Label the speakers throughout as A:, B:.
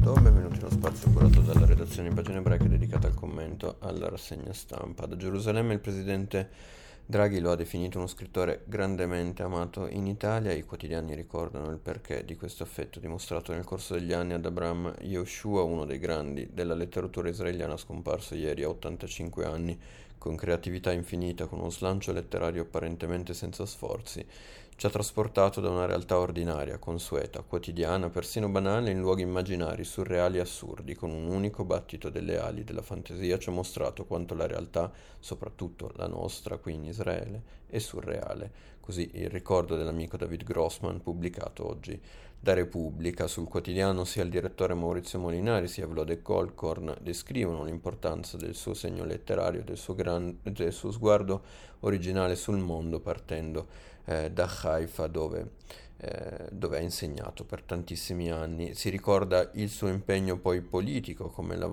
A: Pronto? Benvenuti in uno spazio curato dalla redazione in pagine ebraiche dedicata al commento alla rassegna stampa. Da Gerusalemme il presidente Draghi lo ha definito uno scrittore grandemente amato in Italia. I quotidiani ricordano il perché di questo affetto dimostrato nel corso degli anni ad Abraham Yehoshua, uno dei grandi della letteratura israeliana, scomparso ieri a 85 anni, con creatività infinita, con uno slancio letterario apparentemente senza sforzi. Ci ha trasportato da una realtà ordinaria, consueta, quotidiana, persino banale, in luoghi immaginari, surreali e assurdi. Con un unico battito delle ali della fantasia ci ha mostrato quanto la realtà, soprattutto la nostra qui in Israele, è surreale. Così il ricordo dell'amico David Grossman, pubblicato oggi da Repubblica. Sul quotidiano sia il direttore Maurizio Molinari sia Vlodek Golkorn descrivono l'importanza del suo segno letterario, del suo sguardo originale sul mondo, partendo da Haifa, dove ha insegnato per tantissimi anni. Si ricorda il suo impegno poi politico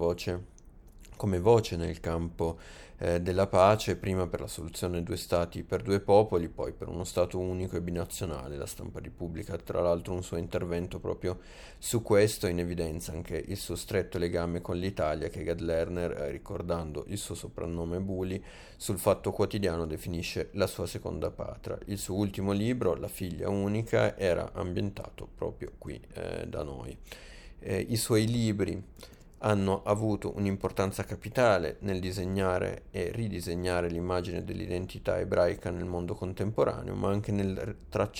A: come voce nel campo della pace, prima per la soluzione due stati per due popoli, poi per uno stato unico e binazionale. La stampa pubblica tra l'altro un suo intervento proprio su questo, in evidenza anche il suo stretto legame con l'Italia, che Gad Lerner, ricordando il suo soprannome Bully, sul Fatto Quotidiano definisce la sua seconda patria. Il suo ultimo libro, La figlia unica, era ambientato proprio qui da noi. I suoi libri hanno avuto un'importanza capitale nel disegnare e ridisegnare l'immagine dell'identità ebraica nel mondo contemporaneo, ma anche nel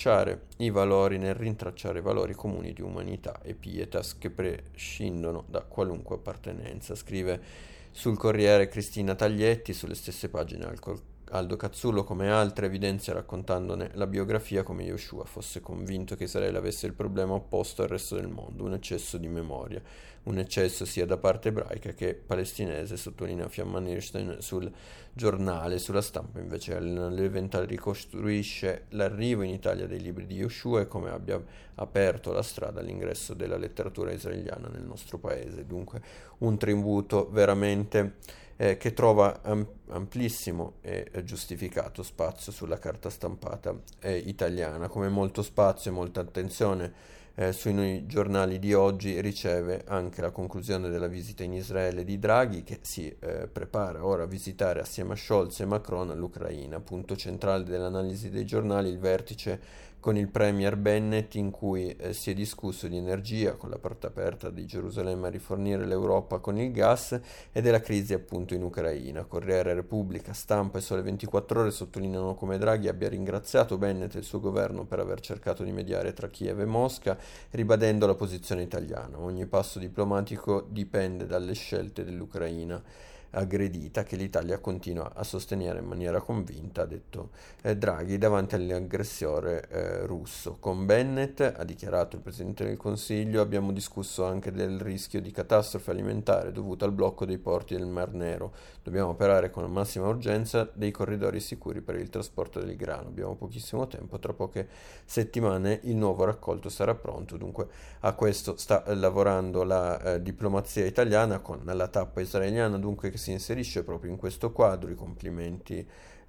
A: rintracciare i valori comuni di umanità e pietas che prescindono da qualunque appartenenza. Scrive sul Corriere Cristina Taglietti, sulle stesse pagine Aldo Cazzullo, come altre, evidenzia raccontandone la biografia come Yoshua fosse convinto che Israele avesse il problema opposto al resto del mondo, un eccesso di memoria, un eccesso sia da parte ebraica che palestinese, sottolinea Fiamma Nirstein sul giornale. Sulla stampa invece l'Elevental ricostruisce l'arrivo in Italia dei libri di Yoshua e come abbia aperto la strada all'ingresso della letteratura israeliana nel nostro paese. Dunque un tributo veramente che trova amplissimo e giustificato spazio sulla carta stampata italiana. Come molto spazio e molta attenzione sui giornali di oggi riceve anche la conclusione della visita in Israele di Draghi, che si prepara ora a visitare assieme a Scholz e Macron l'Ucraina. Punto centrale dell'analisi dei giornali il vertice con il premier Bennett, in cui si è discusso di energia, con la porta aperta di Gerusalemme a rifornire l'Europa con il gas, e della crisi appunto in Ucraina. Corriere, Repubblica, Stampa e Sole 24 Ore sottolineano come Draghi abbia ringraziato Bennett e il suo governo per aver cercato di mediare tra Kiev e Mosca, ribadendo la posizione italiana. Ogni passo diplomatico dipende dalle scelte dell'Ucraina aggredita, che l'Italia continua a sostenere in maniera convinta, ha detto Draghi davanti all'aggressore russo. Con Bennett, ha dichiarato il Presidente del Consiglio, abbiamo discusso anche del rischio di catastrofe alimentare dovuta al blocco dei porti del Mar Nero. Dobbiamo operare con la massima urgenza dei corridoi sicuri per il trasporto del grano. Abbiamo pochissimo tempo, tra poche settimane il nuovo raccolto sarà pronto. Dunque a questo sta lavorando la diplomazia italiana, con la tappa israeliana dunque che si inserisce proprio in questo quadro. I complimenti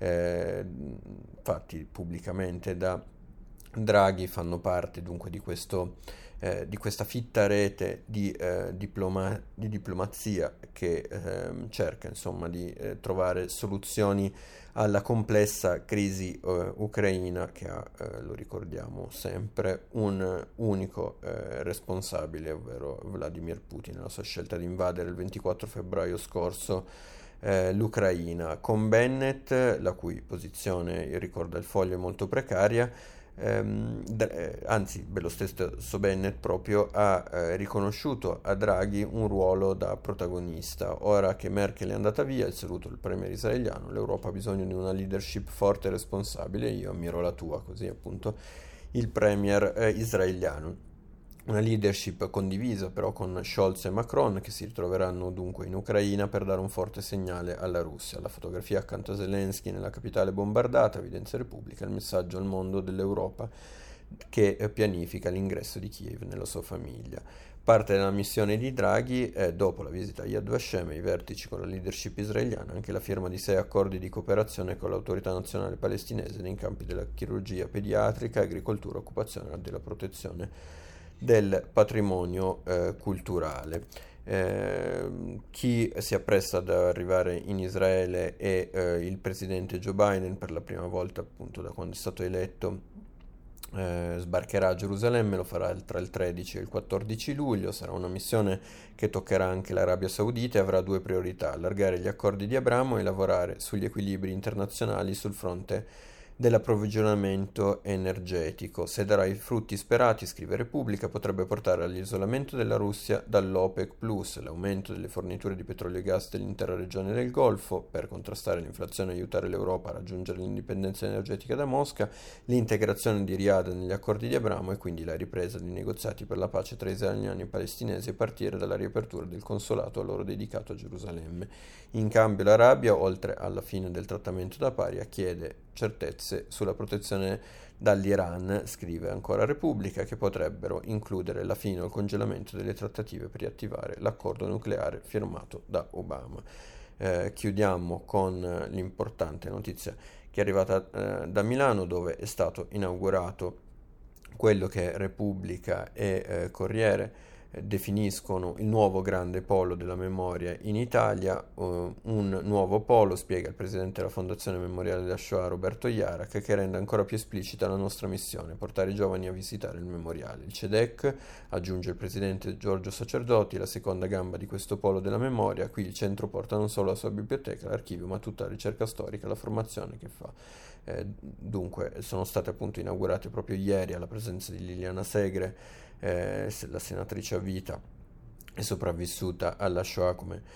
A: fatti pubblicamente da Draghi fanno parte dunque di questa fitta rete di diplomazia che cerca insomma di trovare soluzioni alla complessa crisi ucraina, che ha, lo ricordiamo sempre, un unico responsabile, ovvero Vladimir Putin, la sua scelta di invadere il 24 febbraio scorso l'Ucraina. Con Bennett, la cui posizione, ricorda il Foglio, è molto precaria, anzi, lo stesso Bennett proprio ha riconosciuto a Draghi un ruolo da protagonista. Ora che Merkel è andata via, il saluto del premier israeliano, l'Europa ha bisogno di una leadership forte e responsabile, io ammiro la tua, così appunto il premier israeliano. Una leadership condivisa però con Scholz e Macron, che si ritroveranno dunque in Ucraina per dare un forte segnale alla Russia. La fotografia accanto a Zelensky nella capitale bombardata, evidenzia Repubblica, il messaggio al mondo dell'Europa che pianifica l'ingresso di Kiev nella sua famiglia. Parte della missione di Draghi, dopo la visita a Yad Vashem e i vertici con la leadership israeliana, anche la firma di 6 accordi di cooperazione con l'autorità nazionale palestinese nei campi della chirurgia pediatrica, agricoltura, occupazione e della protezione del patrimonio culturale. Chi si appresta ad arrivare in Israele è il presidente Joe Biden, per la prima volta appunto da quando è stato eletto. Sbarcherà a Gerusalemme, lo farà tra il 13 e il 14 luglio, sarà una missione che toccherà anche l'Arabia Saudita e avrà due priorità: allargare gli accordi di Abramo e lavorare sugli equilibri internazionali sul fronte dell'approvvigionamento energetico. Se darà i frutti sperati, scrive Repubblica, potrebbe portare all'isolamento della Russia dall'OPEC+, l'aumento delle forniture di petrolio e gas dell'intera regione del Golfo per contrastare l'inflazione e aiutare l'Europa a raggiungere l'indipendenza energetica da Mosca, l'integrazione di Riyadh negli accordi di Abramo e quindi la ripresa dei negoziati per la pace tra israeliani e palestinesi a partire dalla riapertura del consolato a loro dedicato a Gerusalemme. In cambio l'Arabia, oltre alla fine del trattamento da paria, chiede certezze sulla protezione dall'Iran, scrive ancora Repubblica, che potrebbero includere la fine o il congelamento delle trattative per riattivare l'accordo nucleare firmato da Obama. Chiudiamo con l'importante notizia che è arrivata da Milano, dove è stato inaugurato quello che Repubblica e Corriere definiscono il nuovo grande polo della memoria in Italia. Un nuovo polo, spiega il presidente della Fondazione Memoriale della Shoah Roberto Iarac, che rende ancora più esplicita la nostra missione: portare i giovani a visitare il memoriale. Il CEDEC, aggiunge il presidente Giorgio Sacerdoti, la seconda gamba di questo polo della memoria. Qui il centro porta non solo la sua biblioteca, l'archivio, ma tutta la ricerca storica, la formazione che fa. Dunque sono state appunto inaugurate proprio ieri, alla presenza di Liliana Segre, la senatrice a vita è sopravvissuta alla Shoah,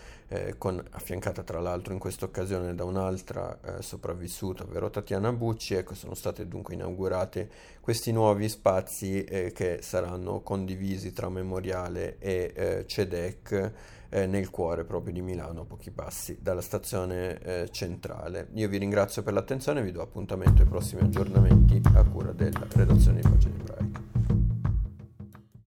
A: affiancata tra l'altro in questa occasione da un'altra sopravvissuta, ovvero Tatiana Bucci. Ecco, sono state dunque inaugurate questi nuovi spazi che saranno condivisi tra Memoriale e CEDEC nel cuore proprio di Milano, a pochi passi dalla stazione centrale. Io vi ringrazio per l'attenzione e vi do appuntamento ai prossimi aggiornamenti a cura della redazione